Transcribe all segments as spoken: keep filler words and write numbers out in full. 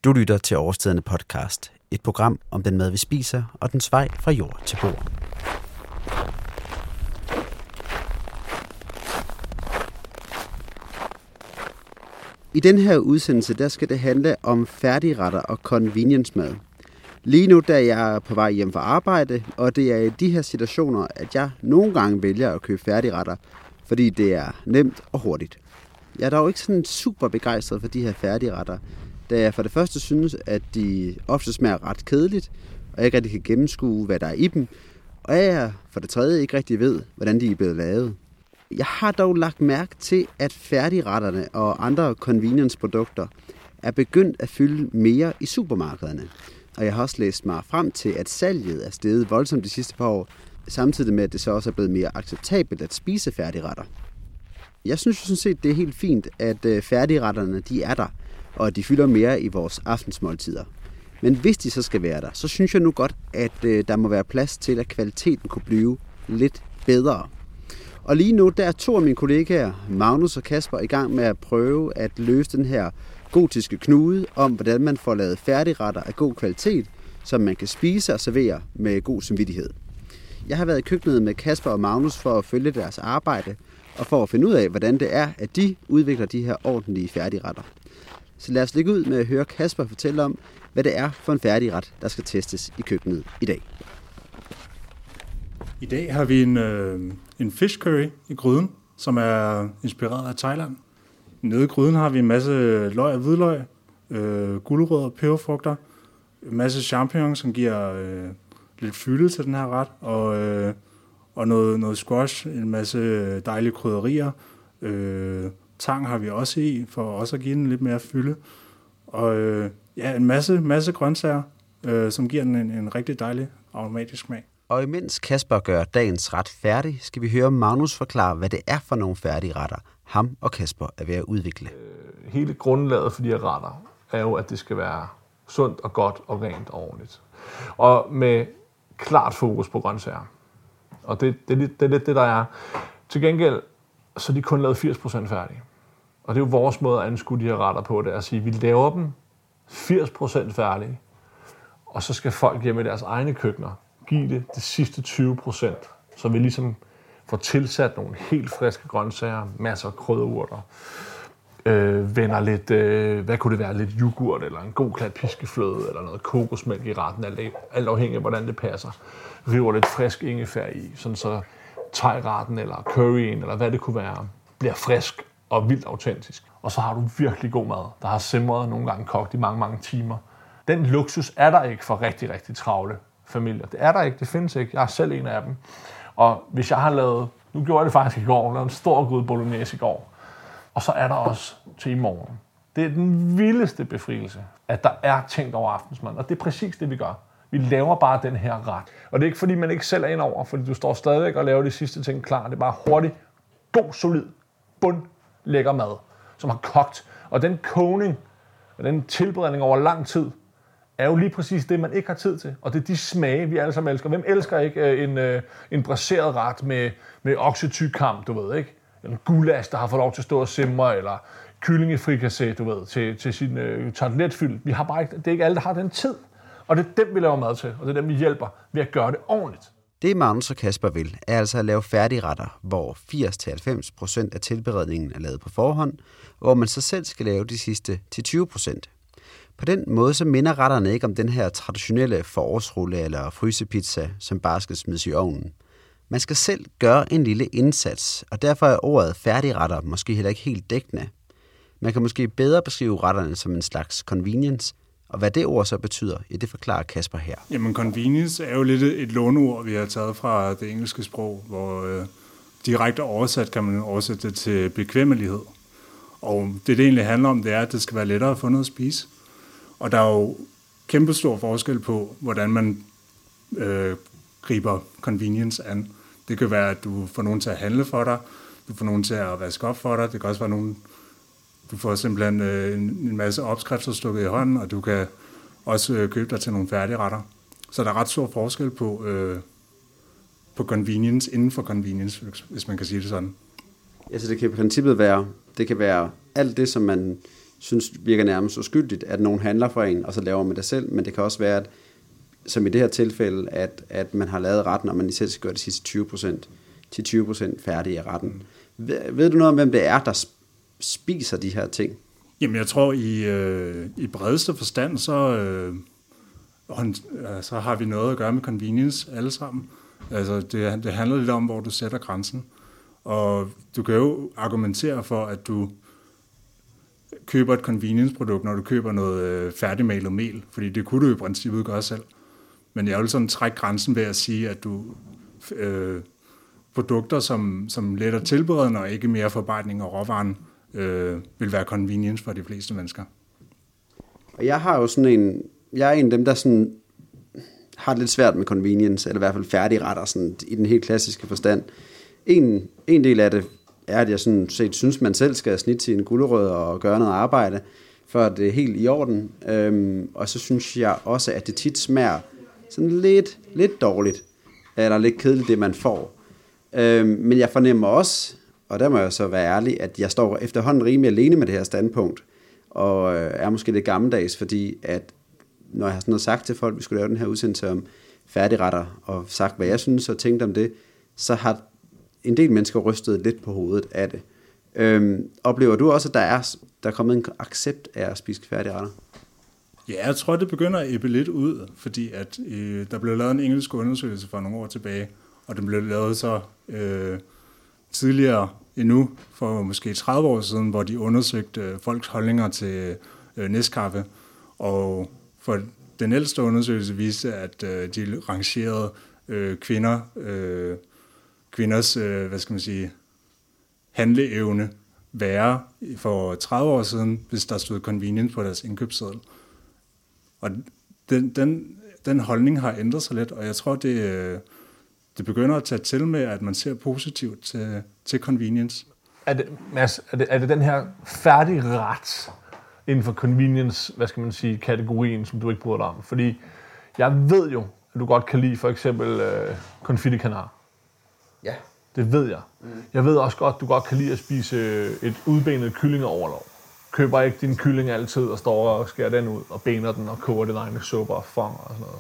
Du lytter til Overstedende podcast, et program om den mad, vi spiser, og dens vej fra jord til bord. I den her udsendelse, der skal det handle om færdigretter og convenience-mad. Lige nu, der er jeg på vej hjem fra arbejde, og det er i de her situationer, at jeg nogle gange vælger at købe færdigretter, fordi det er nemt og hurtigt. Jeg er dog ikke sådan super begejstret for de her færdigretter, da jeg for det første synes, at de ofte smager ret kedeligt, og jeg ikke rigtig kan gennemskue, hvad der er i dem, og jeg for det tredje ikke rigtig ved, hvordan de er blevet lavet. Jeg har dog lagt mærke til, at færdigretterne og andre convenience-produkter er begyndt at fylde mere i supermarkederne. Og jeg har også læst mig frem til, at salget er steget voldsomt de sidste par år, samtidig med, at det så også er blevet mere acceptabelt at spise færdigretter. Jeg synes sådan set, det er helt fint, at færdigretterne de er der, og at de fylder mere i vores aftensmåltider. Men hvis de så skal være der, så synes jeg nu godt, at der må være plads til, at kvaliteten kunne blive lidt bedre. Og lige nu, der er to af mine kollegaer, Magnus og Kasper, i gang med at prøve at løse den her gotiske knude om, hvordan man får lavet færdigretter af god kvalitet, som man kan spise og servere med god samvittighed. Jeg har været i køkkenet med Kasper og Magnus for at følge deres arbejde, og for at finde ud af, hvordan det er, at de udvikler de her ordentlige færdigretter. Så lad os lægge ud med at høre Kasper fortælle om, hvad det er for en færdigret, der skal testes i køkkenet i dag. I dag har vi en, øh, en fish curry i gryden, som er inspireret af Thailand. Nede i gryden har vi en masse løg og hvidløg, øh, gulerødder, peberfrugter, en masse champignons, som giver øh, lidt fylde til den her ret, og, øh, og noget, noget squash, en masse dejlige krydderier. Øh, tang har vi også i, for også at give den lidt mere fylde. Og øh, ja, en masse, masse grøntsager, øh, som giver den en, en rigtig dejlig aromatisk smag. Og imens Kasper gør dagens ret færdig, skal vi høre Magnus forklare, hvad det er for nogle færdigretter, ham og Kasper er ved at udvikle. Hele grundlaget for de her retter er jo, at det skal være sundt og godt og rent og ordentligt. Og med klart fokus på grøntsager. Og det, det, det, det er lidt det, der er. Til gengæld, så er de kun lavet firs procent færdige. Og det er jo vores måde at anskue de her retter på, det er at sige, at vi laver dem firs procent færdige, og så skal folk hjemme i deres egne køkkener give det de sidste tyve procent, så vi ligesom får tilsat nogle helt friske grøntsager, masser af krydderurter, øh, vender lidt, øh, hvad kunne det være, lidt yoghurt, eller en god klat piskefløde, eller noget kokosmælk i retten, alt, alt afhængig af, hvordan det passer. River lidt frisk ingefær i, sådan så thai-retten, eller curryen, eller hvad det kunne være, bliver frisk og vildt autentisk. Og så har du virkelig god mad, der har simret nogle gange kogt i mange, mange timer. Den luksus er der ikke for rigtig, rigtig travle familier. Det er der ikke, det findes ikke. Jeg er selv en af dem. Og hvis jeg har lavet, nu gjorde jeg det faktisk i går, jeg lavede en stor gryde bolognese i går, og så er der også til i morgen. Det er den vildeste befrielse, at der er tænkt over aftensmaden, og det er præcis det, vi gør. Vi laver bare den her ret. Og det er ikke, fordi man ikke selv er ind over, fordi du står stadigvæk og laver de sidste ting klar. Det er bare hurtigt, god, solid, bund, lækker mad, som har kogt. Og den kogning, og den tilberedning over lang tid, er jo lige præcis det, man ikke har tid til. Og det er de smage, vi alle sammen elsker. Hvem elsker ikke en, en braseret ret med, med oksetykam, du ved, ikke? Eller gulasch, der har fået lov til at stå og simre, eller kylling i frikassé, du ved, til, til sin øh, tarteletfyld. Vi har bare ikke, det er ikke alle, der har den tid. Og det er dem, vi laver mad til, og det er dem, vi hjælper ved at gøre det ordentligt. Det Magnus og Kasper vil, er altså at lave færdigretter, hvor firs til halvfems procent af tilberedningen er lavet på forhånd, hvor man så selv skal lave de sidste til tyve procent. På den måde så minder retterne ikke om den her traditionelle forårsrulle eller frysepizza, som bare skal smides i ovnen. Man skal selv gøre en lille indsats, og derfor er ordet færdigretter måske heller ikke helt dækkende. Man kan måske bedre beskrive retterne som en slags convenience, og hvad det ord så betyder, ja, det forklarer Kasper her. Jamen convenience er jo lidt et låneord, vi har taget fra det engelske sprog, hvor øh, direkte oversat kan man oversætte det til bekvemmelighed. Og det, det egentlig handler om, det er, at det skal være lettere at få noget at spise. Og der er jo kæmpestor forskel på, hvordan man øh, griber convenience an. Det kan være, at du får nogen til at handle for dig, du får nogen til at vaske op for dig, det kan også være nogen, du får simpelthen øh, en masse opskrifter stukket i hånden, og du kan også øh, købe dig til nogle færdigretter. Så der er ret stor forskel på, øh, på convenience inden for convenience, hvis man kan sige det sådan. Altså det kan i princippet være, det kan være alt det, som man synes virker nærmest uskyldigt, at nogen handler for en, og så laver man det selv, men det kan også være, at, som i det her tilfælde, at, at man har lavet retten, og man især skal gøre det sidste tyve procent til tyve procent færdig af retten. Ved, ved du noget om, hvem det er, der spiser de her ting? Jamen, jeg tror, i, øh, i bredeste forstand, så, øh, så har vi noget at gøre med convenience alle sammen. Altså, det, det handler lidt om, hvor du sætter grænsen. Og du kan jo argumentere for, at du køber et convenience-produkt, når du køber noget øh, færdigmalet mel, fordi det kunne du i princippet gøre selv. Men jeg vil sådan trække grænsen ved at sige, at du øh, produkter, som, som letter tilberedende og ikke mere forarbejdning og råvaren, øh, vil være convenience for de fleste mennesker. Og jeg har jo sådan en, jeg er en af dem, der sådan har det lidt svært med convenience, eller i hvert fald færdigretter sådan, i den helt klassiske forstand. En, en del af det er, at jeg sådan set synes, man selv skal snitte sine gulerødder og gøre noget arbejde, for det er helt i orden. Øhm, og så synes jeg også, at det tit smager sådan lidt, lidt dårligt, eller lidt kedeligt, det man får. Øhm, men jeg fornemmer også, og der må jeg så være ærlig, at jeg står efterhånden rimelig alene med det her standpunkt, og øh, er måske lidt gammeldags, fordi at når jeg har sådan noget sagt til folk, at vi skulle lave den her udsendelse om færdigretter, og sagt, hvad jeg synes og tænkt om det, så har en del mennesker rystet lidt på hovedet af det. Øhm, oplever du også, at der er, der er kommet en accept af at spise færdigretter? Ja, jeg tror, det begynder at ebbe lidt ud, fordi at, øh, der blev lavet en engelsk undersøgelse for nogle år tilbage, og den blev lavet så øh, tidligere endnu, for måske tredive år siden, hvor de undersøgte øh, folks holdninger til øh, Nescafé, og for den ældste undersøgelse viste, at øh, de rangerede øh, kvinder, øh, kvinders, øh, hvad skal man sige, handleevne værre for tredive år siden, hvis der stod convenience på deres indkøbsseddel. Og den, den, den holdning har ændret sig lidt, og jeg tror, det, øh, det begynder at tage til med, at man ser positivt til, til convenience. Er det, Mads, er det, er det den her færdige ret inden for convenience, hvad skal man sige, kategorien, som du ikke bryder dig om? Fordi jeg ved jo, at du godt kan lide for eksempel øh, confit canard. Ja. Det ved jeg. Mm. Jeg ved også godt, at du godt kan lide at spise et udbenet kyllingeoverlov. Køber ikke din kylling altid og står og skærer den ud og bener den og koger din egne supper og fong og sådan noget.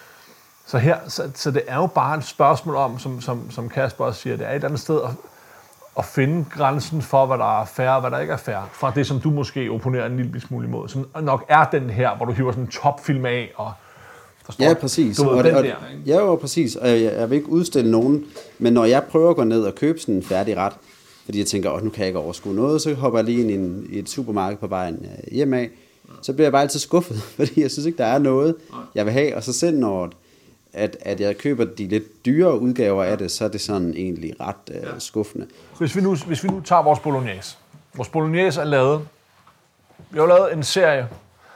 Så, her, så, så det er jo bare et spørgsmål om, som, som, som Kasper også siger, det er et andet sted at, at finde grænsen for, hvad der er fair og hvad der ikke er fair. Fra det, som du måske opponerer en lille smule imod. Som nok er den her, hvor du hiver sådan en topfilm af og Står, ja, præcis. Du ved, og, den og, der, ikke? Ja, jo, præcis. Og jeg, jeg vil ikke udstille nogen, men når jeg prøver at gå ned og købe sådan en færdig ret, fordi jeg tænker, åh, nu kan jeg ikke overskue noget, så hopper jeg lige ind i, en, i et supermarked på vejen hjem af, så bliver jeg bare altid skuffet, fordi jeg synes ikke, der er noget, jeg vil have. Og så selv når at, at jeg køber de lidt dyre udgaver af det, så er det sådan egentlig ret uh, skuffende. Hvis vi, nu, hvis vi nu tager vores bolognese. Vores bolognese er lavet, vi har lavet en serie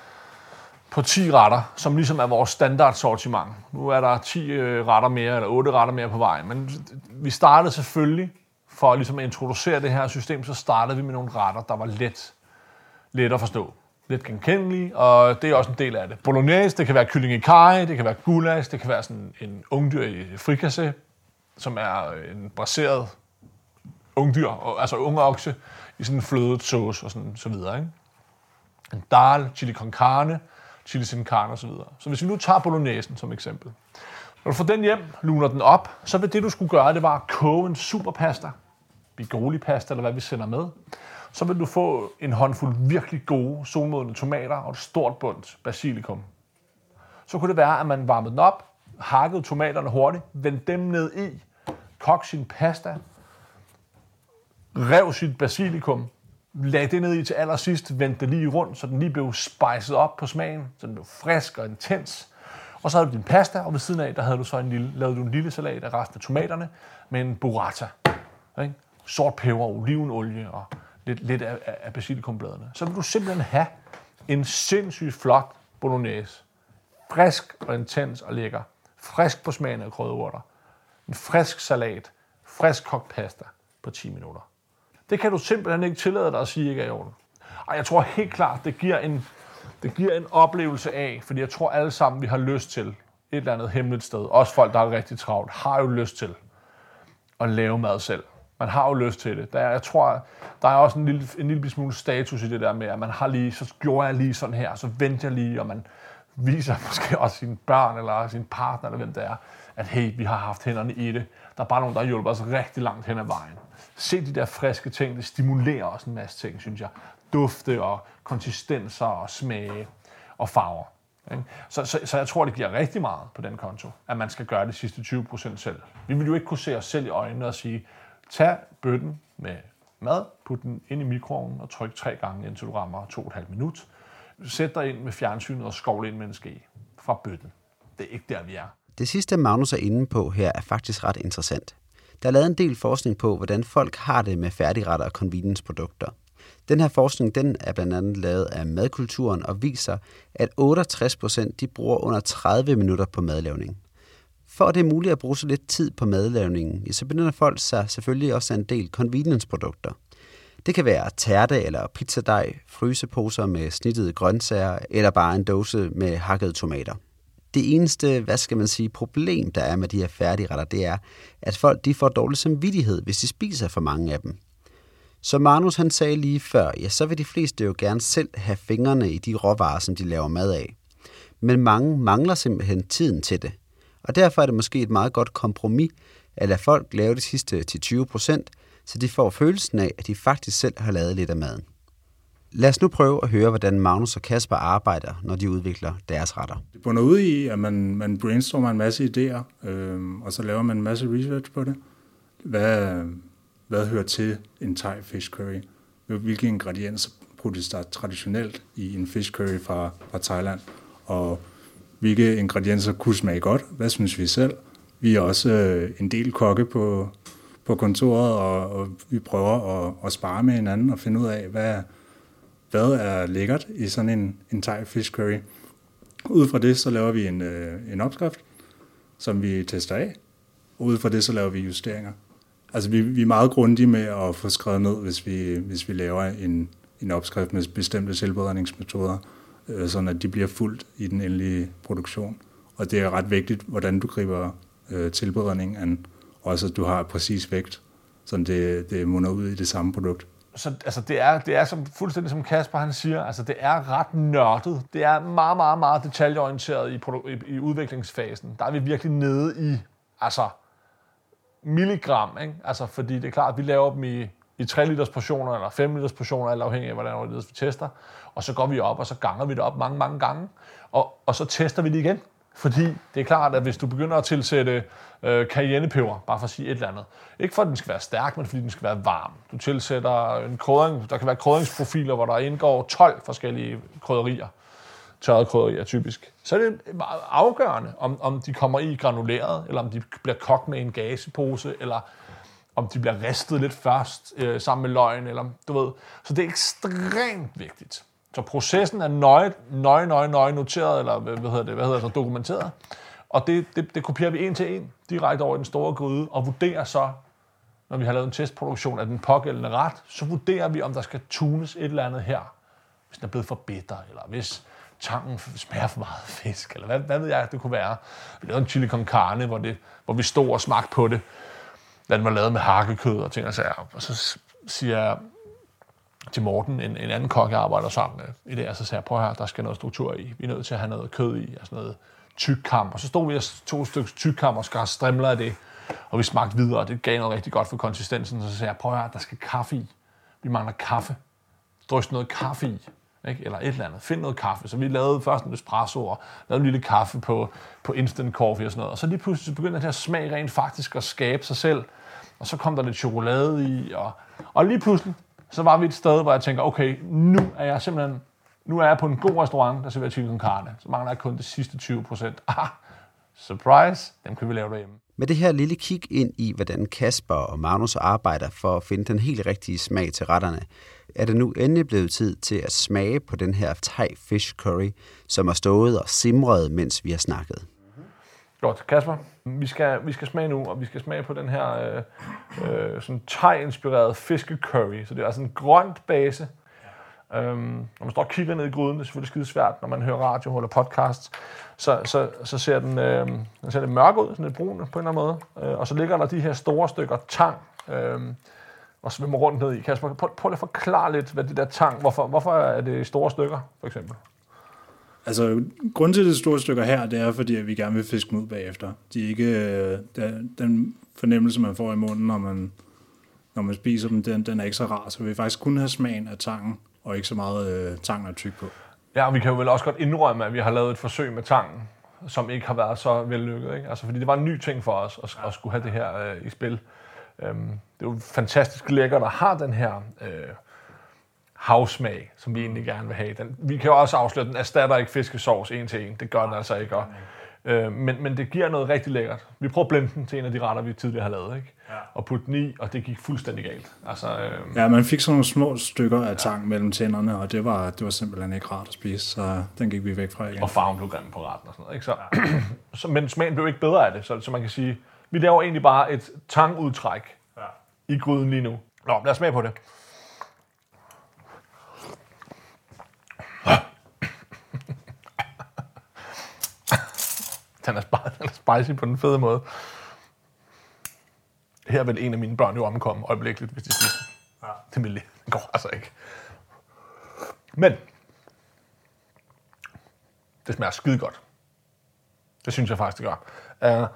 på ti retter, som ligesom er vores standard sortiment. Nu er der ti retter mere, eller otte retter mere på vejen. Men vi startede selvfølgelig, for ligesom at introducere det her system, så startede vi med nogle retter, der var let, let at forstå. Lidt genkendelige, og det er også en del af det. Bolognese, det kan være kylling i karry, det kan være goulash, det kan være sådan en ungdyr i frikassé, som er en braseret ungdyr, altså ungeokse, i sådan en flødet sauce og sådan, så videre, ikke? En dal, chili con carne, chili sin carne og så videre. Så hvis vi nu tager bolognesen som eksempel. Når du får den hjem, luner den op, så vil det du skulle gøre, det var at koge en superpasta, Bigroli-pasta eller hvad vi sender med. Så vil du få en håndfuld virkelig gode solmodne tomater og et stort bundt basilikum. Så kunne det være, at man varmede den op, hakkede tomaterne hurtigt, vendte dem ned i, kogte sin pasta, rev sit basilikum, lagde det ned i til allersidst, vendte det lige rundt, så den lige blev spiced op på smagen, så den blev frisk og intens. Og så havde du din pasta, og ved siden af, der havde du så en lille, lavede du en lille salat af resten af tomaterne med en burrata. Ikke? Sort peber, olivenolie og lidt, lidt af, af basilikumbladene. Så vil du simpelthen have en sindssygt flot bolognese. Frisk og intens og lækker. Frisk på smagen af krydderurter. En frisk salat. Frisk kogt pasta på ti minutter. Det kan du simpelthen ikke tillade dig at sige ikke er i orden. Og jeg tror helt klart, det giver en, det giver en oplevelse af, fordi jeg tror alle sammen, vi har lyst til et eller andet hemmeligt sted. Også folk, der er rigtig travlt, har jo lyst til at lave mad selv. Man har jo lyst til det. Der, jeg tror, der er også en lille, en lille smule status i det der med, at man har lige, så gjorde jeg lige sådan her, så venter jeg lige, og man viser måske også sine børn, eller sin partner, eller hvem det er, at hey, vi har haft hænderne i det. Der er bare nogen, der har hjulpet os rigtig langt hen ad vejen. Se de der friske ting, det stimulerer også en masse ting, synes jeg. Dufte og konsistenser og smage og farver. Så, så, så jeg tror, det giver rigtig meget på den konto, at man skal gøre de sidste tyve procent selv. Vi vil jo ikke kunne se os selv i øjnene og sige, tag bøtten med mad, put den ind i mikroovnen og tryk tre gange, indtil du rammer to og et halvt minut. Sæt dig ind med fjernsynet og skovle ind med en ske fra bøtten. Det er ikke der, vi er. Det sidste, Magnus er inde på her, er faktisk ret interessant. Der er lavet en del forskning på, hvordan folk har det med færdigretter og convenience-produkter. Den her forskning den er blandt andet lavet af Madkulturen og viser, at otteogtres procent de bruger under tredive minutter på madlavning. For at det er muligt at bruge så lidt tid på madlavningen, så benytter folk sig selvfølgelig også af en del convenience-produkter. Det kan være tærte eller pizzadej, fryseposer med snittede grøntsager eller bare en dåse med hakkede tomater. Det eneste, hvad skal man sige, problem, der er med de her færdigretter, det er, at folk de får dårlig samvittighed, hvis de spiser for mange af dem. Som Magnus han sagde lige før, ja, så vil de fleste jo gerne selv have fingrene i de råvarer, som de laver mad af. Men mange mangler simpelthen tiden til det. Og derfor er det måske et meget godt kompromis at lade folk lave de sidste ti til tyve procent, så de får følelsen af, at de faktisk selv har lavet lidt af maden. Lad os nu prøve at høre, hvordan Magnus og Kasper arbejder, når de udvikler deres retter. Det bunder ud i, at man, man brainstormer en masse idéer, øh, og så laver man en masse research på det. Hvad, hvad hører til en thai fish curry? Hvilke ingredienser bruges der traditionelt i en fish curry fra, fra Thailand? Og hvilke ingredienser kunne smage godt? Hvad synes vi selv? Vi er også øh, en del kokke på, på kontoret, og, og vi prøver at, at spare med hinanden og finde ud af, hvad hvad er lækkert i sådan en, en thai fish curry. Ud fra det, så laver vi en, øh, en opskrift, som vi tester af, og ud fra det, så laver vi justeringer. Altså, vi, vi er meget grundige med at få skrevet ned, hvis vi, hvis vi laver en, en opskrift med bestemte tilberedningsmetoder, øh, sådan at de bliver fuldt i den endelige produktion. Og det er ret vigtigt, hvordan du griber øh, tilberedningen an, og også at du har præcis vægt, så det, det munder ud i det samme produkt. Så altså, det er, det er som, fuldstændig som Kasper han siger, altså det er ret nørdet. Det er meget, meget, meget detaljeorienteret i, produ- i, i udviklingsfasen. Der er vi virkelig nede i altså, milligram, ikke? Altså, fordi det er klart, at vi laver dem i, i tre liters portioner eller fem liters portioner, alt afhængig af, hvordan vi tester. Og så går vi op, og så ganger vi det op mange, mange gange. Og, og så tester vi det igen. Fordi det er klart, at hvis du begynder at tilsætte øh, cayennepeber, bare for at sige et eller andet, ikke for at den skal være stærk, men fordi den skal være varm. Du tilsætter en krydring, der kan være krydringsprofiler, hvor der indgår tolv forskellige krydderier, tørrede krydderier typisk. Så er det meget afgørende, om, om de kommer i granuleret, eller om de bliver kogt med en gasepose, eller om de bliver ristet lidt først øh, sammen med løgn, eller du ved. Så det er ekstremt vigtigt. Så processen er nøje, nøje, nøje, nøje noteret, eller hvad hedder det, hvad hedder det, dokumenteret. Og det, det, det kopierer vi en til en, direkte over i den store gryde, og vurderer så, når vi har lavet en testproduktion af den pågældende ret, så vurderer vi, om der skal tunes et eller andet her. Hvis den er blevet for bitter, eller hvis tangen smager for meget fisk, eller hvad, hvad ved jeg, det kunne være. Vi lavede en chili con carne, hvor, det, hvor vi stod og smagte på det. Den var lavet med hakkekød og ting og sager. Og så siger jeg til Morten, en, en anden kok, jeg arbejder sammen med i det, og så sagde jeg, prøv her, der skal noget struktur i. Vi er nødt til at have noget kød i, altså noget tykkam. Og så stod vi og to stykker tykkam og skar strimler af det, og vi smagte videre, og det gav noget rigtig godt for konsistensen. Så sagde jeg, prøv her, der skal kaffe i. Vi mangler kaffe. Drys noget kaffe i, ikke? Eller et eller andet. Find noget kaffe. Så vi lavede først en espresso og lavede en lille kaffe på, på instant coffee og sådan noget. Og så lige pludselig begyndte det her smag rent faktisk at skabe sig selv. Og så kom der lidt chokolade i, og, og lige pludselig så var vi et sted, hvor jeg tænker, okay, nu er jeg simpelthen, nu er jeg på en god restaurant, der serverer chili con carne. Så mangler jeg kun de sidste tyve procent. Ah, surprise, dem kan vi lave derhjemme. Med det her lille kig ind i, hvordan Kasper og Magnus arbejder for at finde den helt rigtige smag til retterne, er det nu endelig blevet tid til at smage på den her thai fish curry, som har stået og simret, mens vi har snakket. Godt, Kasper. Vi skal, vi skal smage nu, og vi skal smage på den her øh, øh, sådan thai-inspirerede fiskecurry. Så det er altså en grønt base. Øhm, når man står og kigger ned i gryden, det er selvfølgelig skide svært, når man hører radio eller podcast, så, så, så ser den, øh, den ser lidt mørk ud, sådan lidt brun på en eller anden måde. Øh, og så ligger der de her store stykker tang øhm, og svømmer rundt ned i. Kasper, prøv, prøv lige at forklare lidt, hvad det der tang, hvorfor, hvorfor er det store stykker, for eksempel? Altså, grunden til det store stykker her, det er, fordi vi gerne vil fiske dem ud bagefter. De er ikke, der, den fornemmelse, man får i munden, når man, når man spiser dem, den, den er ikke så rar. Så vi vil faktisk kun have smagen af tangen, og ikke så meget øh, tang at tykke på. Ja, og vi kan jo vel også godt indrømme, at vi har lavet et forsøg med tangen, som ikke har været så vellykket, ikke? Altså, fordi det var en ny ting for os, at, at skulle have det her øh, i spil. Øhm, det er jo fantastisk lækkert at have den her øh, havsmag, som vi egentlig gerne vil have. Den, vi kan jo også afsløre, at den erstatter ikke fiskesovs en til en. Det gør den altså ikke. Og, øh, men, men det giver noget rigtig lækkert. Vi prøver at blende den til en af de retter, vi tidligere har lavet, ikke? Ja. Og putte den i, og det gik fuldstændig galt. Altså, øh, ja, man fik sådan nogle små stykker af tang ja. mellem tænderne, og det var, det var simpelthen ikke rart at spise, så den gik vi væk fra igen. Og farven blev grim på retten og sådan noget, ikke? Så, ja. så, men smagen blev ikke bedre af det, så, så man kan sige, vi laver egentlig bare et tangudtræk ja. i gryden lige nu. Nå, lad os smage på det. Den er, sp- den er spicy på den fede måde. Her vil en af mine børn jo omkomme øjeblikkeligt, hvis de spiser den. Ja. Det vil det går altså ikke. Men det smager skide godt. Det synes jeg faktisk, det gør. Uh,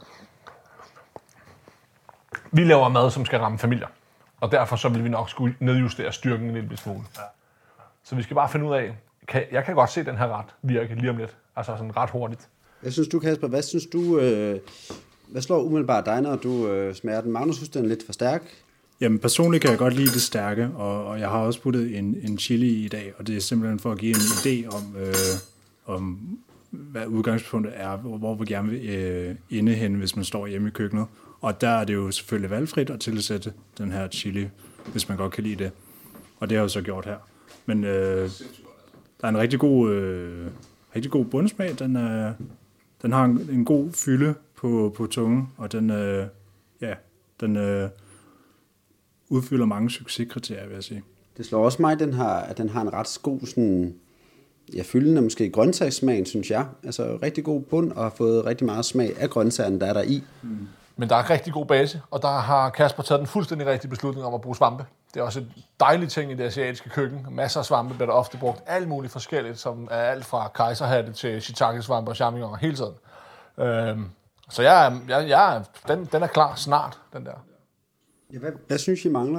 vi laver mad, som skal ramme familier. Og derfor så vil vi nok skulle nedjustere styrken en lille smule. Ja. Så vi skal bare finde ud af, kan, jeg kan godt se den her ret virke lige om lidt. Altså sådan ret hurtigt. Jeg synes du, Kasper, hvad synes du, øh, hvad slår umiddelbart dig, når du øh, smager den? Magnus synes, den er lidt for stærk. Jamen personligt kan jeg godt lide det stærke, og, og jeg har også puttet en, en chili i dag, og det er simpelthen for at give en idé om, øh, om hvad udgangspunktet er, hvor, hvor vi gerne vil øh, inde hen, hvis man står hjemme i køkkenet. Og der er det jo selvfølgelig valgfrit at tilsætte den her chili, hvis man godt kan lide det. Og det har jeg jo så gjort her. Men øh, der er en rigtig god, øh, rigtig god bundsmag. Den, øh, den har en, en god fylde på, på tungen, og den, øh, ja, den øh, udfylder mange succeskriterier, vil jeg sige. Det slår også mig, den har, at den har en ret god sådan, ja, fyldende måske grøntsagssmagen, synes jeg. Altså rigtig god bund, og har fået rigtig meget smag af grøntsagerne, der er der i. Mm. Men der er rigtig god base, og der har Kasper taget den fuldstændig rigtige beslutning om at bruge svampe. Det er også et dejligt ting i det asiatiske køkken. Masser af svampe bliver der ofte brugt alt muligt forskelligt, som er alt fra kejserhatte til shiitake-svampe og champignoner hele tiden. Øhm, så jeg, jeg, jeg, den, den er klar snart, den der. Ja, hvad, hvad synes I mangler?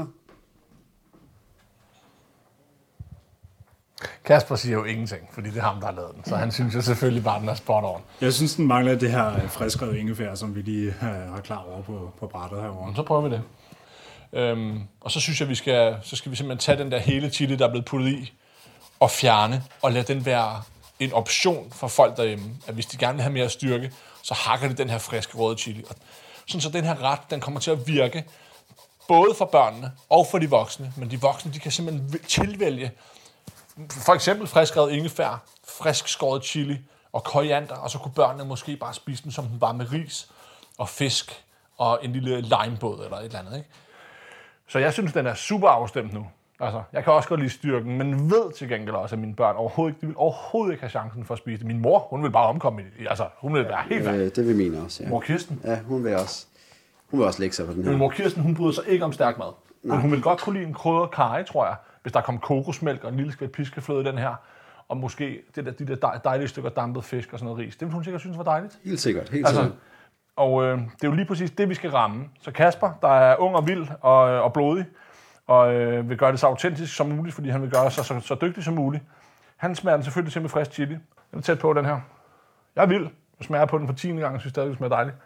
Kasper siger jo ingenting, fordi det er ham, der har lavet den. Så han synes jo selvfølgelig bare, den er spot on. Jeg synes, den mangler det her friskrevet ingefær, som vi lige har klar over på, på brættet herovre. Så prøver vi det. Øhm, og så synes jeg, vi skal, så skal vi simpelthen tage den der hele chili, der er blevet puttet i, og fjerne, og lade den være en option for folk derhjemme. At hvis de gerne vil have mere styrke, så hakker de den her friske røde chili. Og sådan så den her ret, den kommer til at virke både for børnene og for de voksne. Men de voksne, de kan simpelthen tilvælge for eksempel friskrevet ingefær, frisk skåret chili og koriander, og så kunne børnene måske bare spise den, som den var med ris og fisk og en lille limebåd eller et eller andet, ikke? Så jeg synes, den er super afstemt nu. Altså, jeg kan også godt lide styrken, men ved til gengæld også, at mine børn overhovedet ikke, de vil overhovedet ikke have chancen for at spise det. Min mor, hun vil bare omkomme i det. Altså, hun vil være helt færdig. Øh, det vil min også, ja. Mor Kirsten? Ja, hun vil også. Hun vil også lægge sig på den her. Men mor Kirsten, hun bryder sig ikke om stærk mad. Nej. Men hun vil godt kunne lide en krydret karry, tror jeg. Hvis der kom kokosmælk og en lille skvæt piskefløde i den her, og måske det der, de der dejlige stykker dampet fisk og sådan noget ris. Det ville hun sikkert synes var dejligt. Helt sikkert, helt altså, sikkert. Og øh, det er jo lige præcis det, vi skal ramme. Så Kasper, der er ung og vild og, og blodig, og øh, vil gøre det så autentisk som muligt, fordi han vil gøre sig så, så dygtig som muligt. Han smager den selvfølgelig til med frisk chili. Den er tæt på, den her. Jeg er vild. Jeg smager på den for tiende gang, og synes stadig, det smager dejligt.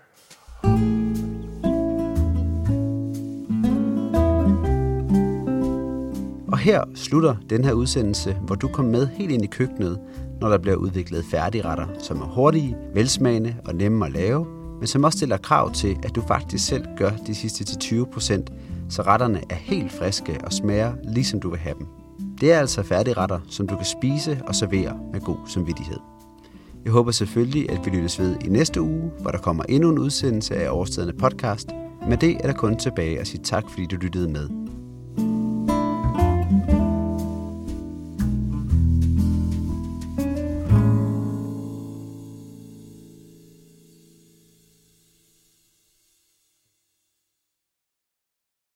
Og her slutter den her udsendelse, hvor du kom med helt ind i køkkenet, når der bliver udviklet færdigretter, som er hurtige, velsmagende og nemme at lave, men som også stiller krav til, at du faktisk selv gør de sidste til tyve procent, så retterne er helt friske og smager, ligesom du vil have dem. Det er altså færdigretter, som du kan spise og servere med god samvittighed. Jeg håber selvfølgelig, at vi lyttes ved i næste uge, hvor der kommer endnu en udsendelse af Årstiderne podcast. Med det er der kun tilbage at sige tak, fordi du lyttede med.